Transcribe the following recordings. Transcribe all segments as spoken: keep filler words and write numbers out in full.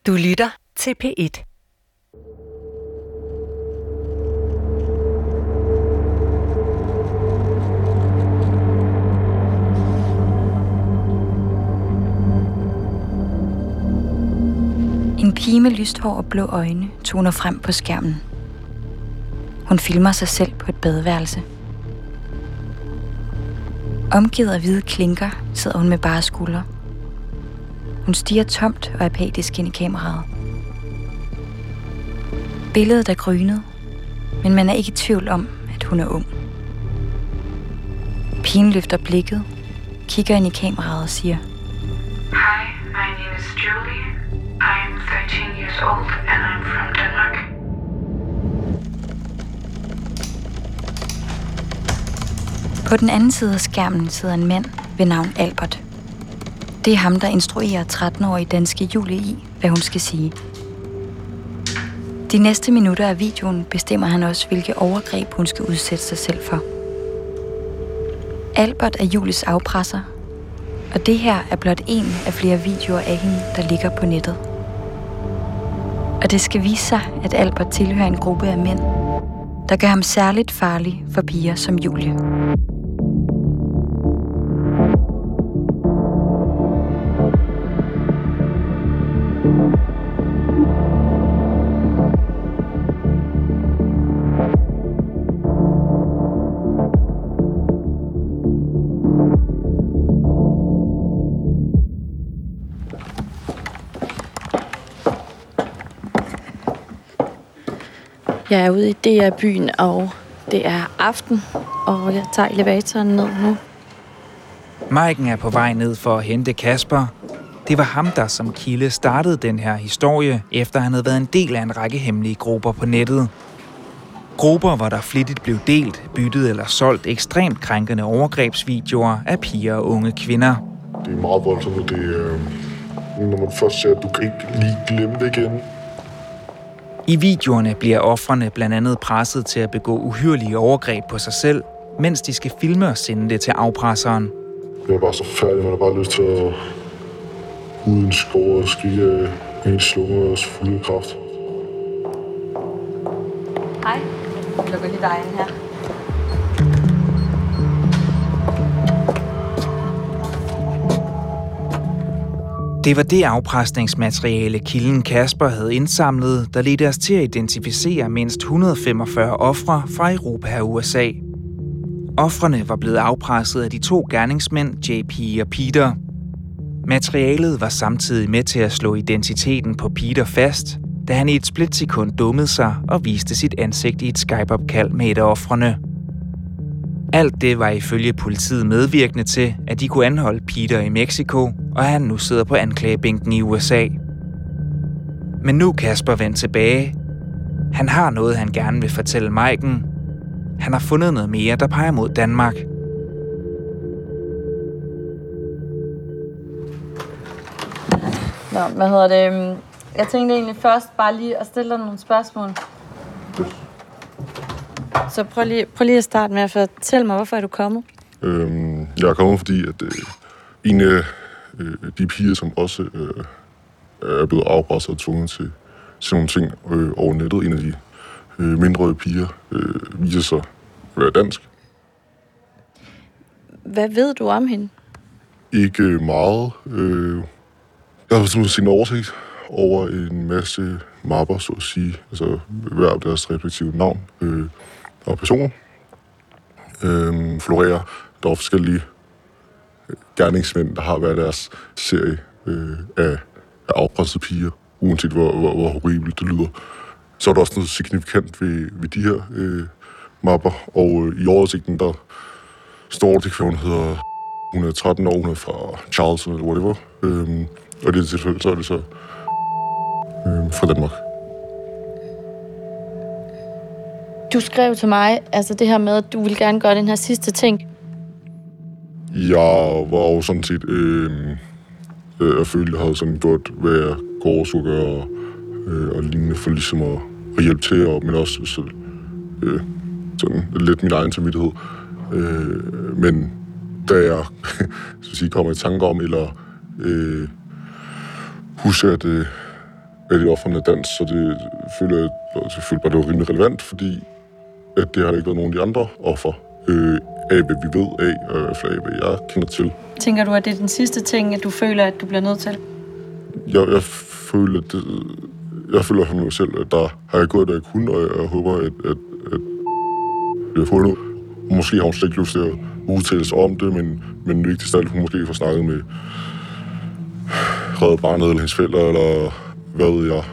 Du lytter til P et. En pige med lyst hår og blå øjne toner frem på skærmen. Hun filmer sig selv på et badeværelse. Omgivet af hvide klinker sidder hun med bare skuldre. Hun stiger tomt og apatisk ind i kameraet. Billedet er grynet, men man er ikke i tvivl om, at hun er ung. Pigen løfter blikket, kigger ind i kameraet og siger: Hi, my name is Julie. I'm thirteen years old and I'm from Denmark. På den anden side af skærmen sidder en mand ved navn Albert. Det er ham, der instruerer tretten-årige danske Julie i, hvad hun skal sige. De næste minutter af videoen bestemmer han også, hvilke overgreb hun skal udsætte sig selv for. Albert er Julies afpresser, og det her er blot en af flere videoer af hende, der ligger på nettet. Og det skal vise sig, at Albert tilhører en gruppe af mænd, der gør ham særligt farlig for piger som Julie. Jeg er ude i D R-byen, og det er aften, og jeg tager elevatoren ned nu. Maiken er på vej ned for at hente Kasper. Det var ham, der som kilde startede den her historie, efter han havde været en del af en række hemmelige grupper på nettet. Grupper, hvor der flittigt blev delt, byttet eller solgt ekstremt krænkende overgrebsvideoer af piger og unge kvinder. Det er meget voldsomt, og det er, når man først ser, at du kan ikke lige glemme det igen. I videoerne bliver ofrene blandt andet presset til at begå uhyrlige overgreb på sig selv, mens de skal filme og sende det til afpresseren. Jeg er bare så færdig, man har bare lyst til at uden skår og skrige af ens lungers fulde kraft. Hej, jeg lukker lige dig ind her. Det var det afpresningsmateriale, kilden Kasper havde indsamlet, der ledte os til at identificere mindst et hundrede og femogfyrre ofre fra Europa og U S A. Ofrene var blevet afpresset af de to gerningsmænd, J P og Peter. Materialet var samtidig med til at slå identiteten på Peter fast, da han i et splitsekund dummede sig og viste sit ansigt i et Skype-opkald med et af ofrene. Alt det var ifølge politiet medvirkende til, at de kunne anholde Peter i Mexico, og han nu sidder på anklagebænken i U S A. Men nu er Kasper vendt tilbage. Han har noget, han gerne vil fortælle Maiken. Han har fundet noget mere, der peger mod Danmark. Nå, hvad hedder det? Jeg tænkte egentlig først bare lige at stille dig nogle spørgsmål. Så prøv lige, prøv lige at starte med at fortælle mig, hvorfor er du kommet? Øhm, jeg er kommet, fordi at øh, en af øh, de piger, som også øh, er blevet afpresset og tvunget til sådan nogle ting øh, over nettet, en af de øh, mindre piger, øh, viser sig at være dansk. Hvad ved du om hende? Ikke øh, meget. Øh, jeg har simpelthen set en oversigt over en masse mapper, så at sige, altså hver af deres respektive navn øh, og personer. Øh, florerer. Der er forskellige gerningsmænd, der har været deres serie øh, af, af afpressede piger, uanset hvor, hvor, hvor horribelt det lyder. Så er der også noget signifikant ved, ved de her øh, mapper, og øh, i oversigten, der står det, hvad hun hedder, hun er tretten år, hun er fra Charleston eller whatever, øh, og i det tilfælde, så er det så øh, fra Danmark. Du skrev til mig, altså det her med, at du ville gerne gøre den her sidste ting. Jeg var jo sådan set, øh, øh, jeg følte, jeg havde sådan gjort, hvad jeg går skulle gøre, og, øh, og lignende for ligesom at, at hjælpe til, og, men også så, øh, sådan lidt min egen samvittighed. Øh, men da jeg så sige, kommer i tanke om, eller øh, husker, at, øh, at det ofrene er dansk, så det føler jeg, så føler bare, det var rimelig relevant, fordi at det har ikke været nogen af de andre offer øh, af, hvad vi ved af, og i hvert fald af, hvad jeg kender til. Tænker du, at det er den sidste ting, at du føler, at du bliver nødt til? Jeg, jeg føler, at det, jeg føler for mig selv, at der har jeg gået, der jeg kunne, og jeg, jeg håber, at, at, at jeg får noget. Måske har hun slet ikke lyst til at udtale sig om det, men, men vigtigst af alt, hun måske får snakket med Red Barnet eller hendes forældre, eller hvad ved jeg.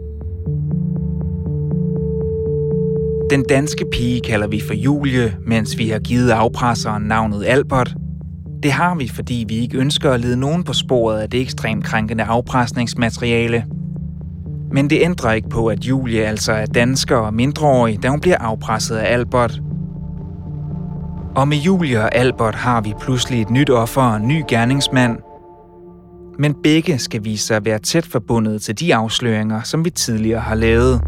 Den danske pige kalder vi for Julie, mens vi har givet afpresseren navnet Albert. Det har vi, fordi vi ikke ønsker at lede nogen på sporet af det ekstremt krænkende afpresningsmateriale. Men det ændrer ikke på, at Julie altså er dansker og mindreårig, da hun bliver afpresset af Albert. Og med Julie og Albert har vi pludselig et nyt offer og en ny gerningsmand. Men begge skal vise sig at være tæt forbundet til de afsløringer, som vi tidligere har lavet.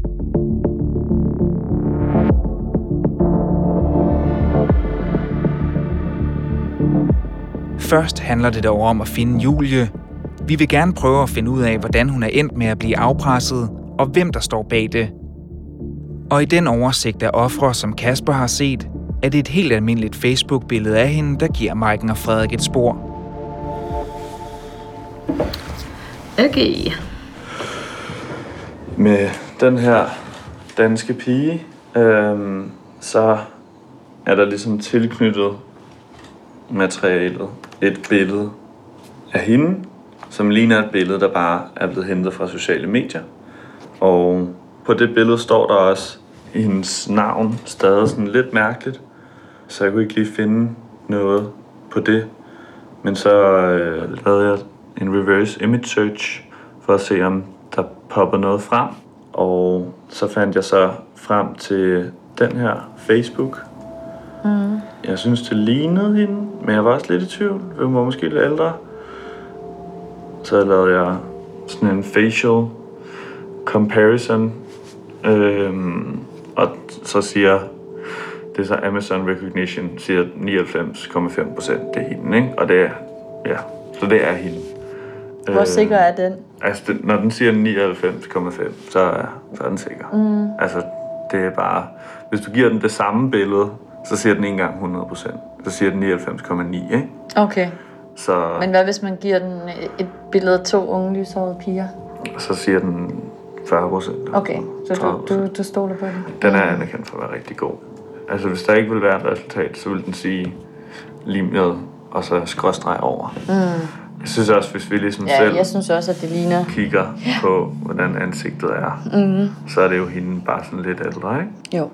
Først handler det dog om at finde Julie. Vi vil gerne prøve at finde ud af, hvordan hun er endt med at blive afpresset, og hvem der står bag det. Og i den oversigt af ofre, som Kasper har set, er det et helt almindeligt Facebook-billede af hende, der giver Maiken og Frederik et spor. Okay. Med den her danske pige, øhm, så er der ligesom tilknyttet materialet et billede af hende, som ligner et billede, der bare er blevet hentet fra sociale medier. Og på det billede står der også hendes navn, stadig sådan lidt mærkeligt, så jeg kunne ikke lige finde noget på det. Men så øh, lavede jeg en reverse image search for at se, om der popper noget frem. Og så fandt jeg så frem til den her Facebook. Mm. Jeg synes, det lignede hende, men jeg var også lidt i tvivl. Hun var måske lidt ældre. Så lavede jeg sådan en facial comparison. Øhm, og så siger det er så Amazon Recognition, siger nioghalvfems komma fem procent, det er hende, ikke? Og det er, ja, så det er hende. Hvor øh, sikker er den? Altså, det, når den siger nioghalvfems komma fem, så er, så er den sikker. Mm. Altså, det er bare, hvis du giver den det samme billede, så siger den ikke engang hundrede procent. Så siger den nioghalvfems komma ni, ikke? Okay. Så, men hvad hvis man giver den et billede af to unge lyshårede piger? Så siger den fyrre procent. Okay, så du, du, du stoler på den? Den er anerkendt for at være rigtig god. Altså, hvis der ikke vil være et resultat, så vil den sige lige med, og så skråstreg over. Mm. Jeg synes også, hvis vi ligesom ja, selv jeg synes også, at det ligner. Kigger ja. på, hvordan ansigtet er, mm. så er det jo hende bare sådan lidt ældre, ikke? Jo.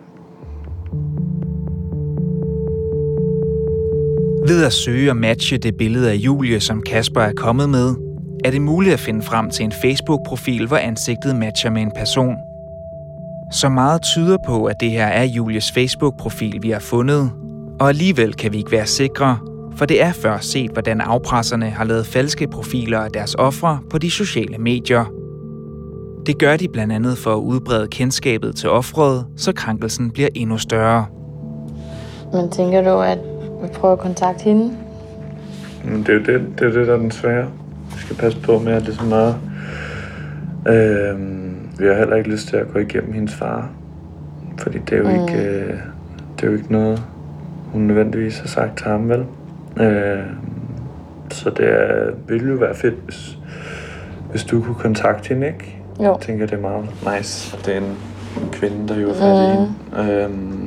Ved at søge og matche det billede af Julie, som Kasper er kommet med, er det muligt at finde frem til en Facebook-profil, hvor ansigtet matcher med en person. Så meget tyder på, at det her er Julies Facebook-profil, vi har fundet, og alligevel kan vi ikke være sikre, for det er først set, hvordan afpresserne har lavet falske profiler af deres ofre på de sociale medier. Det gør de blandt andet for at udbrede kendskabet til offeret, så krænkelsen bliver endnu større. Men tænker du, at vi prøver at kontakte hende? Det er jo det, det, er det der er den svære. Vi skal passe på med, at det er så meget. Øhm, vi har heller ikke lyst til at gå igennem hendes far. Fordi det er jo, mm. ikke, øh, det er jo ikke noget, hun nødvendigvis har sagt til ham, vel? Øh, så det er, ville jo være fedt, hvis, hvis du kunne kontakte hende, ikke? Jo. Jeg tænker, det er meget nice. Det er en kvinde, der jo er fat i hende. Øhm,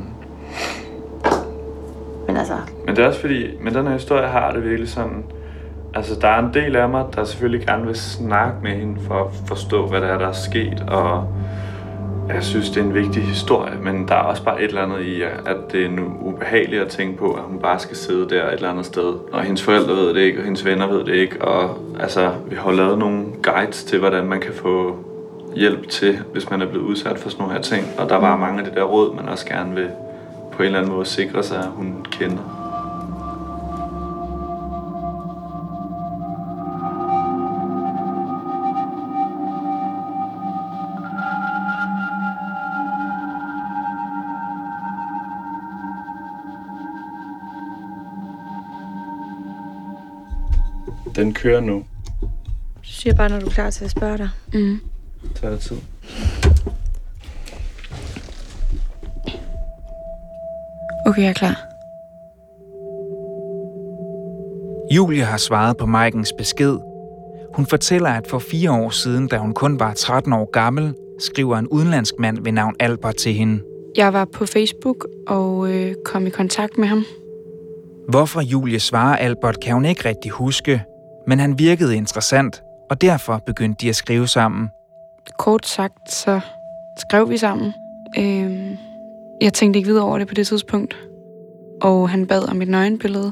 men altså... Men det er også fordi, med den her historie har det virkelig sådan... Altså, der er en del af mig, der selvfølgelig gerne vil snakke med hende for at forstå, hvad der er, der er sket, og jeg synes, det er en vigtig historie, men der er også bare et eller andet i, at det er nu ubehageligt at tænke på, at hun bare skal sidde der et eller andet sted, og hendes forældre ved det ikke, og hendes venner ved det ikke, og altså, vi har lavet nogle guides til, hvordan man kan få hjælp til, hvis man er blevet udsat for sådan nogle her ting, og der var mange af de der råd, man også gerne vil på en eller anden måde sikre sig, at hun kender. Den kører nu. Du siger bare, når du er klar til at spørge dig. Mm. Tag dig tid. Okay, jeg er klar. Julie har svaret på Maikens besked. Hun fortæller, at for fire år siden, da hun kun var tretten år gammel, skriver en udenlandsk mand ved navn Albert til hende. Jeg var på Facebook og øh, kom i kontakt med ham. Hvorfor Julie svarer Albert, kan hun ikke rigtig huske, men han virkede interessant, og derfor begyndte de at skrive sammen. Kort sagt, så skrev vi sammen. Øh, jeg tænkte ikke videre over det på det tidspunkt, og han bad om et nøgenbillede.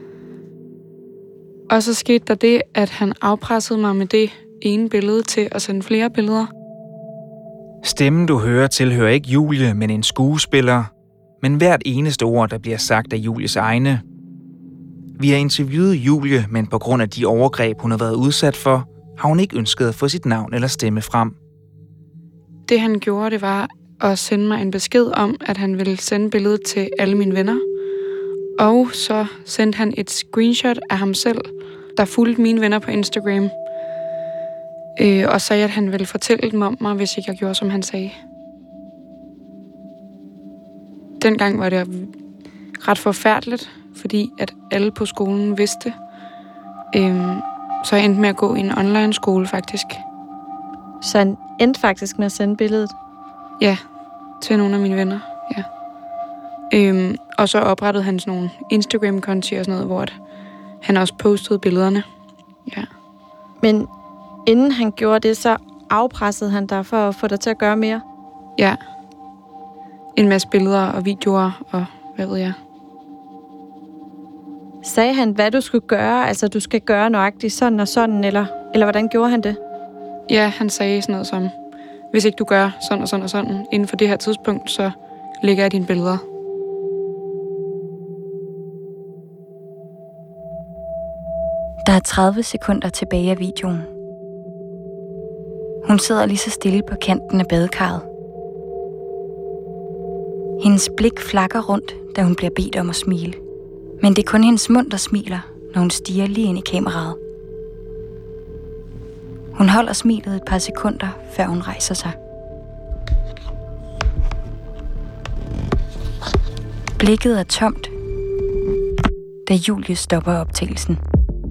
Og så skete der det, at han afpressede mig med det ene billede til at sende flere billeder. Stemmen, du hører, tilhører ikke Julie, men en skuespiller. Men hvert eneste ord, der bliver sagt af Julies egne. Vi har interviewet Julie, men på grund af de overgreb, hun har været udsat for, har hun ikke ønsket at få sit navn eller stemme frem. Det han gjorde, det var at sende mig en besked om, at han ville sende billedet til alle mine venner. Og så sendte han et screenshot af ham selv, der fulgte mine venner på Instagram. Øh, og sagde, at han ville fortælle dem om mig, hvis ikke jeg gjorde, som han sagde. Dengang var det ret forfærdeligt, fordi at alle på skolen vidste. Øh, så jeg endte med at gå i en online skole, faktisk. Så han endte faktisk med at sende billedet? Ja, til nogle af mine venner, ja. Øhm, og så oprettede han sådan nogle Instagram-konti og sådan noget, hvor han også postede billederne. Ja. Men inden han gjorde det, så afpressede han dig for at få dig til at gøre mere? Ja. En masse billeder og videoer og hvad ved jeg. Sagde han, hvad du skulle gøre? Altså, du skal gøre nøjagtigt sådan og sådan, eller, eller hvordan gjorde han det? Ja, han sagde sådan noget som, hvis ikke du gør sådan og sådan og sådan inden for det her tidspunkt, så lægger jeg dine billeder. Der er tredive sekunder tilbage af videoen. Hun sidder lige så stille på kanten af badekarret. Hendes blik flakker rundt, da hun bliver bedt om at smile. Men det er kun hendes mund, der smiler, når hun stiger lige ind i kameraet. Hun holder smilet et par sekunder, før hun rejser sig. Blikket er tomt, da Julie stopper optagelsen.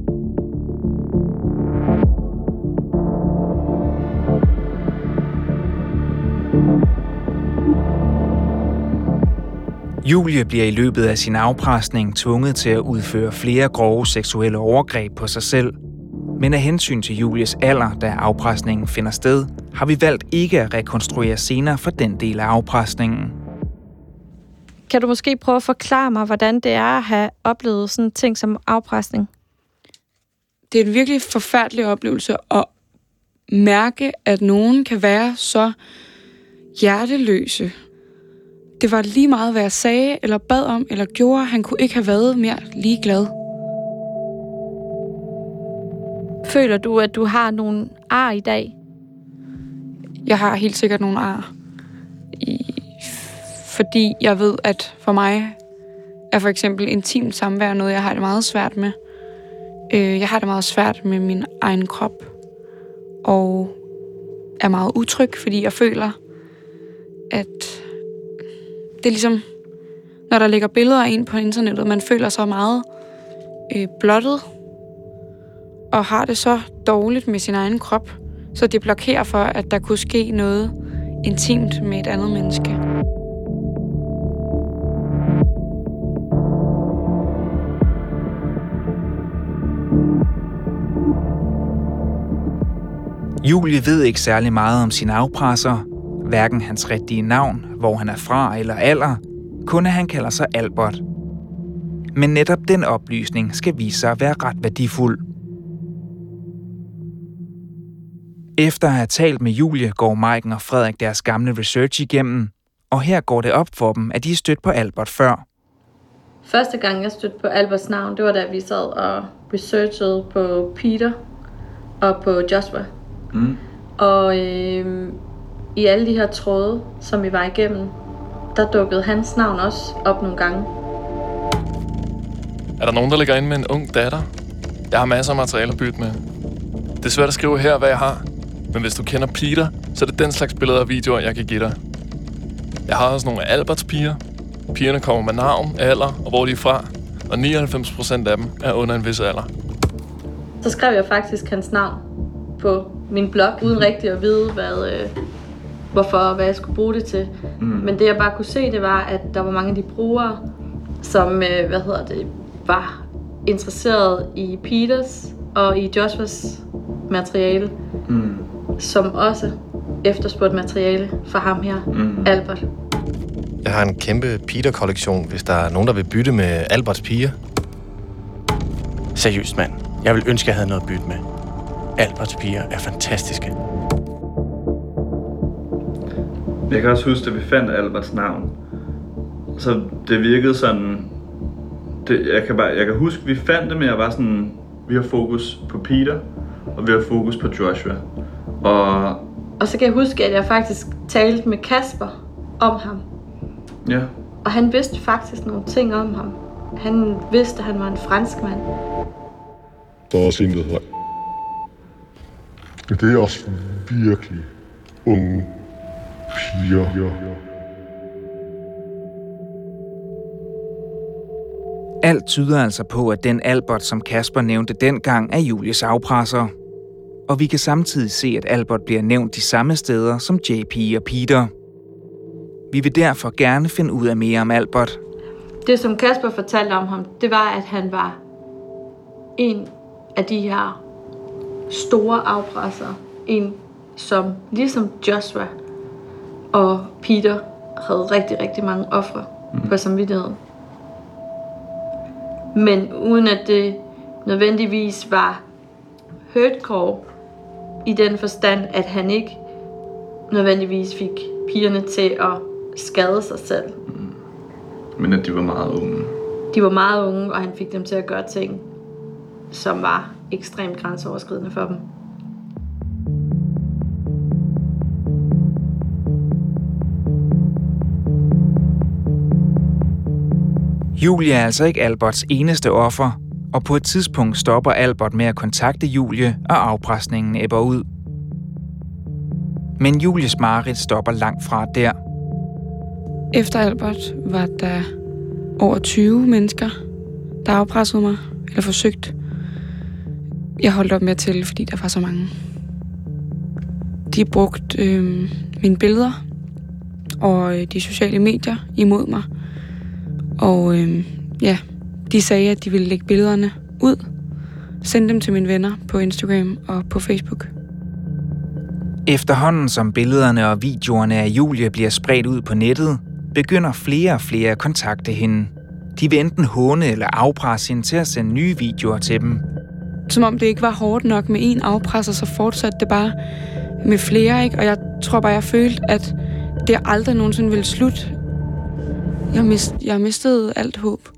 Julie bliver i løbet af sin afpresning tvunget til at udføre flere grove seksuelle overgreb på sig selv. Men af hensyn til Julies alder, da afpresningen finder sted, har vi valgt ikke at rekonstruere scener for den del af afpresningen. Kan du måske prøve at forklare mig, hvordan det er at have oplevet sådan en ting som afpresning? Det er en virkelig forfærdelig oplevelse at mærke, at nogen kan være så hjerteløse. Det var lige meget, hvad jeg sagde, eller bad om, eller gjorde. Han kunne ikke have været mere ligeglad. Føler du, at du har nogle ar i dag? Jeg har helt sikkert nogle ar. I, fordi jeg ved, at for mig er for eksempel intimt samvær noget, jeg har det meget svært med. Jeg har det meget svært med min egen krop. Og er meget utryg, fordi jeg føler, at det er ligesom, når der ligger billeder af en på internettet, man føler sig meget øh, blottet, og har det så dårligt med sin egen krop, så det blokerer for, at der kunne ske noget intimt med et andet menneske. Julie ved ikke særlig meget om sin afpresser, hverken hans rigtige navn, hvor han er fra eller alder, kun at han kalder sig Albert. Men netop den oplysning skal vise sig at være ret værdifuld. Efter at have talt med Julie, går Maiken og Frederik deres gamle research igennem, og her går det op for dem, at de er stødt på Albert før. Første gang jeg stødte på Alberts navn, det var da vi sad og researchede på Peter og på Joshua. Mm. Og øh, i alle de her tråde, som vi var igennem, der dukkede hans navn også op nogle gange. Er der nogen, der ligger inde med en ung datter? Jeg har masser af materiale at bytte med. Det er svært at skrive her, hvad jeg har. Men hvis du kender Peter, så er det den slags billeder og videoer, jeg kan give dig. Jeg har også nogle af Alberts piger. Pigerne kommer med navn, alder og hvor de er fra, og nioghalvfems procent af dem er under en vis alder. Så skrev jeg faktisk hans navn på min blog, uden rigtig at vide, hvad, øh, hvorfor og hvad jeg skulle bruge det til. Mm. Men det jeg bare kunne se, det var, at der var mange af de brugere, som øh, hvad hedder det, var interesseret i Peters og i Joshuas materiale, mm. som også efterspurgte materiale fra ham her, mm. Albert. Jeg har en kæmpe Peter-kollektion, hvis der er nogen, der vil bytte med Alberts piger. Seriøst, mand. Jeg vil ønske, at jeg havde noget at bytte med. Alberts piger er fantastiske. Jeg kan også huske, at vi fandt Alberts navn. Så det virkede sådan... Det, jeg, kan bare, jeg kan huske, at vi fandt det, men jeg var sådan... Vi har fokus på Peter, og vi har fokus på Joshua. Og... Og så kan jeg huske, at jeg faktisk talte med Kasper om ham. Ja. Og han vidste faktisk nogle ting om ham. Han vidste, at han var en fransk mand. Der er også en, der hedder. Det er også virkelig unge piger. Alt tyder altså på, at den Albert, som Kasper nævnte dengang, er Julies afpresser. Og vi kan samtidig se, at Albert bliver nævnt de samme steder som J P og Peter. Vi vil derfor gerne finde ud af mere om Albert. Det, som Kasper fortalte om ham, det var, at han var en af de her store afpressere. En, som ligesom Joshua og Peter havde rigtig, rigtig mange ofre mm. på samvittigheden. Men uden at det nødvendigvis var hurtcore i den forstand, at han ikke nødvendigvis fik pigerne til at skade sig selv. Mm. Men at de var meget unge. De var meget unge, og han fik dem til at gøre ting, som var ekstremt grænseoverskridende for dem. Julie er altså ikke Alberts eneste offer, og på et tidspunkt stopper Albert med at kontakte Julie, og afpresningen ebber ud. Men Julies mareridt stopper langt fra der. Efter Albert var der over tyve mennesker, der afpressede mig, eller forsøgt. Jeg holdt op med at tælle, fordi der var så mange. De brugte øh, mine billeder og øh, de sociale medier imod mig. Og øh, ja, de sagde, at de ville lægge billederne ud, sende dem til mine venner på Instagram og på Facebook. Efterhånden som billederne og videoerne af Julie bliver spredt ud på nettet, begynder flere og flere at kontakte hende. De vil enten håne eller afpresse hende til at sende nye videoer til dem. Som om det ikke var hårdt nok med en afpresser, så fortsatte det bare med flere, ikke? Og jeg tror bare, jeg følte, at det aldrig nogensinde ville slutte. Jeg, mist, jeg mistede alt håb.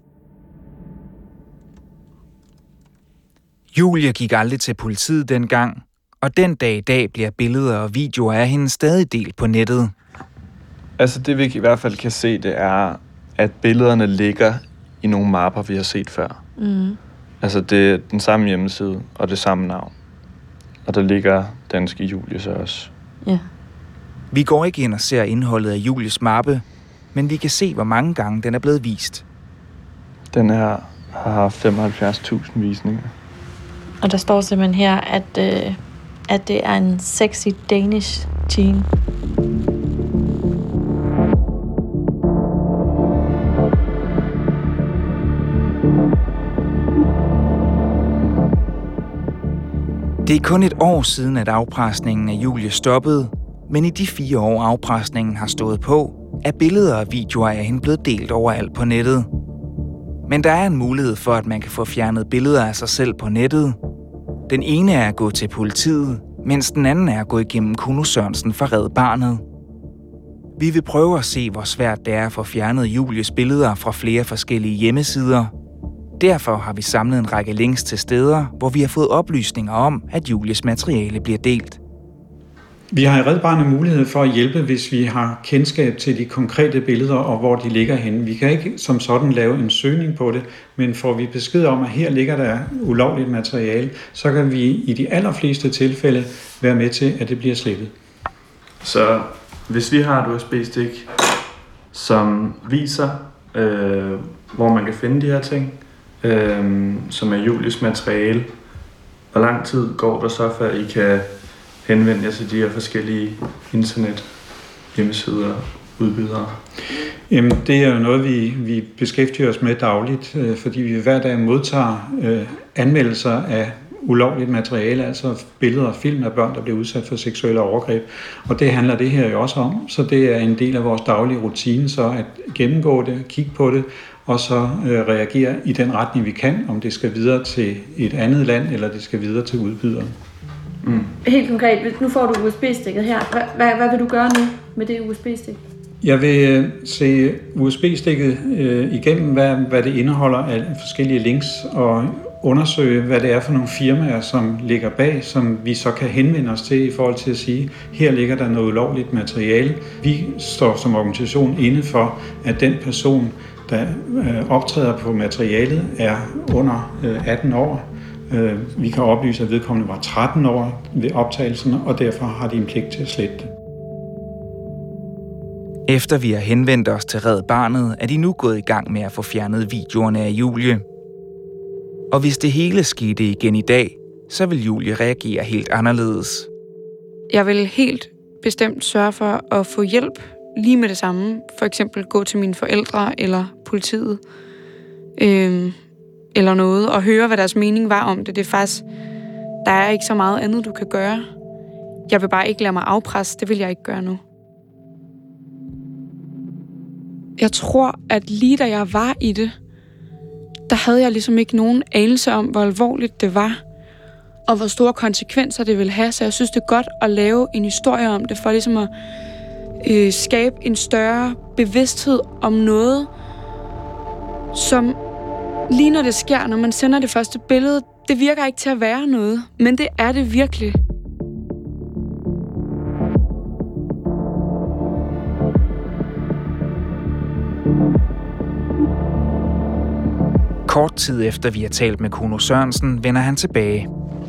Julie gik aldrig til politiet dengang, og den dag i dag bliver billeder og videoer af hende stadig delt på nettet. Altså det vi i hvert fald kan se, det er, at billederne ligger i nogle mapper, vi har set før. Mm. Altså det er den samme hjemmeside og det samme navn. Og der ligger danske Julie så også. Ja. Vi går ikke ind og ser indholdet af Julies mappe, men vi kan se, hvor mange gange den er blevet vist. Den her har haft femoghalvfjerds tusind visninger. Og der står simpelthen her, at, øh, at det er en sexy Danish teen. Det er kun et år siden, at afpresningen af Julie stoppede, men i de fire år afpresningen har stået på, er billeder og videoer af hende blevet delt overalt på nettet. Men der er en mulighed for, at man kan få fjernet billeder af sig selv på nettet. Den ene er at gå til politiet, mens den anden er at gå igennem Kuno Sørensen fra Red Barnet. Vi vil prøve at se, hvor svært det er at få fjernet Julies billeder fra flere forskellige hjemmesider. Derfor har vi samlet en række links til steder, hvor vi har fået oplysninger om, at Julies materiale bliver delt. Vi har i Red Barnet mulighed for at hjælpe, hvis vi har kendskab til de konkrete billeder og hvor de ligger henne. Vi kan ikke som sådan lave en søgning på det, men får vi besked om, at her ligger der ulovligt materiale, så kan vi i de allerfleste tilfælde være med til, at det bliver slettet. Så hvis vi har et U S B-stik, som viser, øh, hvor man kan finde de her ting, øh, som er Julies materiale, hvor lang tid går der så, før I kan henvende jer til de her forskellige internet hjemmesider, udbydere? Jamen, det er jo noget, vi, vi beskæftiger os med dagligt, øh, fordi vi hver dag modtager øh, anmeldelser af ulovligt materiale, altså billeder og film af børn, der bliver udsat for seksuelle overgreb. Og det handler det her jo også om, så det er en del af vores daglige rutine, så at gennemgå det, kigge på det, og så øh, reagere i den retning, vi kan, om det skal videre til et andet land, eller det skal videre til udbyderen. Mm. Helt konkret, nu får du U S B-stikket her. Hvad, hvad, hvad vil du gøre nu med det U S B-stik? Jeg vil se U S B-stikket øh, igennem, hvad, hvad det indeholder af forskellige links, og undersøge, hvad det er for nogle firmaer, som ligger bag, som vi så kan henvende os til i forhold til at sige, her ligger der noget ulovligt materiale. Vi står som organisation inde for, at den person, der øh, optræder på materialet, er under øh, atten år. Øh, vi kan oplyse, at vedkommende var tretten år ved optagelsen, og derfor har de en pligt til at slette det. Efter vi har henvendt os til Red Barnet, er de nu gået i gang med at få fjernet videoerne af Julie. Og hvis det hele skete igen i dag, så vil Julie reagere helt anderledes. Jeg vil helt bestemt sørge for at få hjælp lige med det samme. For eksempel gå til mine forældre eller politiet øh, eller noget, og høre, hvad deres mening var om det. Det er faktisk, der er ikke så meget andet, du kan gøre. Jeg vil bare ikke lade mig afpresse. Det vil jeg ikke gøre nu. Jeg tror, at lige da jeg var i det, der havde jeg ligesom ikke nogen anelse om, hvor alvorligt det var, og hvor store konsekvenser det ville have. Så jeg synes, det er godt at lave en historie om det, for ligesom at øh, skabe en større bevidsthed om noget, som lige når det sker, når man sender det første billede, det virker ikke til at være noget, men det er det virkelig. Kort tid efter vi har talt med Kuno Sørensen, vender han tilbage.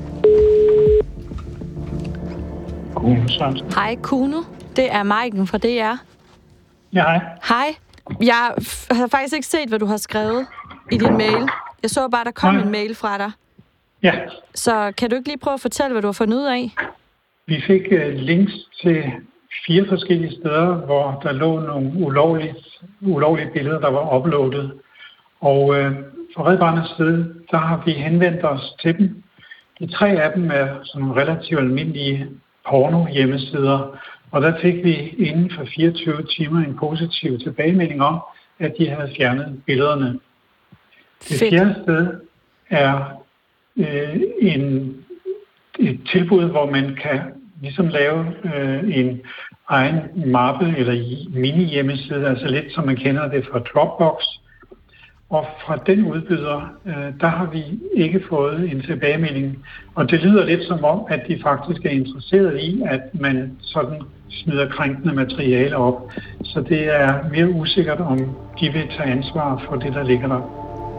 Kuno Sørensen. Hej Kuno, det er Maiken fra D R. Ja, hej. Hej. Jeg har faktisk ikke set, hvad du har skrevet i din mail. Jeg så bare, der kom Nej. en mail fra dig. Ja. Så kan du ikke lige prøve at fortælle, hvad du har fundet ud af? Vi fik uh, links til fire forskellige steder, hvor der lå nogle ulovlige, ulovlige billeder, der var uploadet. Og uh, fra Red Barnets side, der har vi henvendt os til dem. De tre af dem er sådan nogle relativt almindelige porno-hjemmesider, og der fik vi inden for fireogtyve timer en positiv tilbagemelding om, at de havde fjernet billederne. Det fjerde sted er øh, en, et tilbud, hvor man kan ligesom lave øh, en egen mappe eller mini-hjemmeside, altså lidt som man kender det fra Dropbox. Og fra den udbyder, øh, der har vi ikke fået en tilbagemelding. Og det lyder lidt som om, at de faktisk er interesseret i, at man sådan smider krænkende materiale op. Så det er mere usikkert, om de vil tage ansvar for det, der ligger der.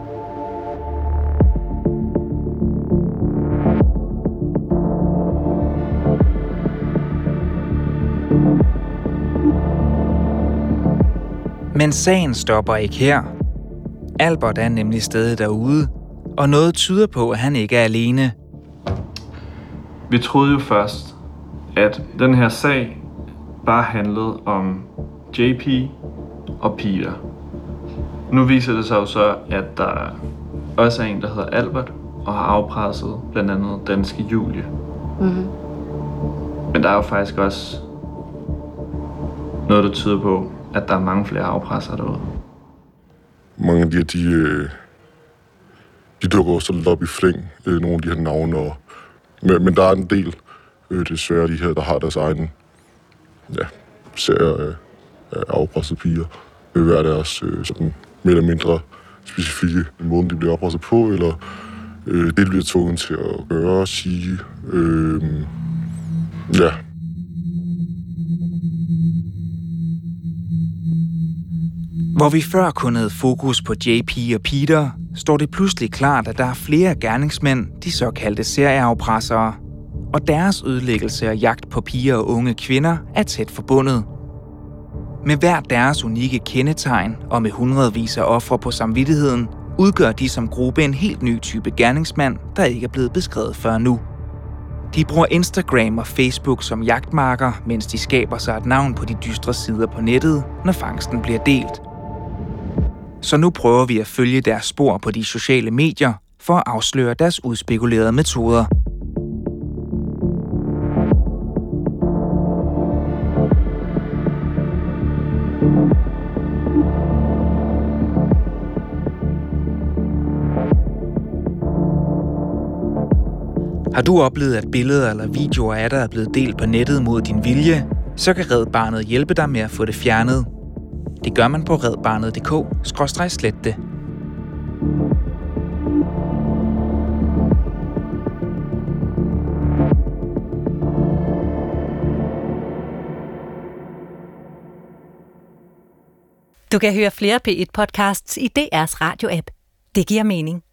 Men sagen stopper ikke her. Albert er nemlig stadig derude, og noget tyder på, at han ikke er alene. Vi troede jo først, at den her sag bare handlede om J P og Peter. Nu viser det sig jo så, at der også er en, der hedder Albert, og har afpresset blandt andet danske Julie. Mm-hmm. Men der er jo faktisk også noget, der tyder på, at der er mange flere afpresser derude. Mange af de her, de, de dukker også lidt op i flæng, nogle af de her navne. Og, men, men der er en del, desværre, de her, der har deres egen ja, serier af, af afpressede piger. Ved hver deres sådan, mere eller mindre specifikke måde, de bliver afpresset på, eller øh, det, de bliver tvunget til at gøre og sige. Øh, ja. Hvor vi før kun havde fokus på J P og Peter, står det pludselig klart, at der er flere gerningsmænd, de såkaldte serieafpressere, og deres ødelæggelse og jagt på piger og unge kvinder er tæt forbundet. Med hver deres unikke kendetegn og med hundredvis af ofre på samvittigheden, udgør de som gruppe en helt ny type gerningsmand, der ikke er blevet beskrevet før nu. De bruger Instagram og Facebook som jagtmarker, mens de skaber sig et navn på de dystre sider på nettet, når fangsten bliver delt. Så nu prøver vi at følge deres spor på de sociale medier for at afsløre deres udspekulerede metoder. Har du oplevet, at billeder eller videoer af dig er blevet delt på nettet mod din vilje, så kan Red Barnet hjælpe dig med at få det fjernet. Det gør man på redbarnet punktum d k skråstreg slet det. Du kan høre flere P et podcasts i D R's radio-app. Det giver mening.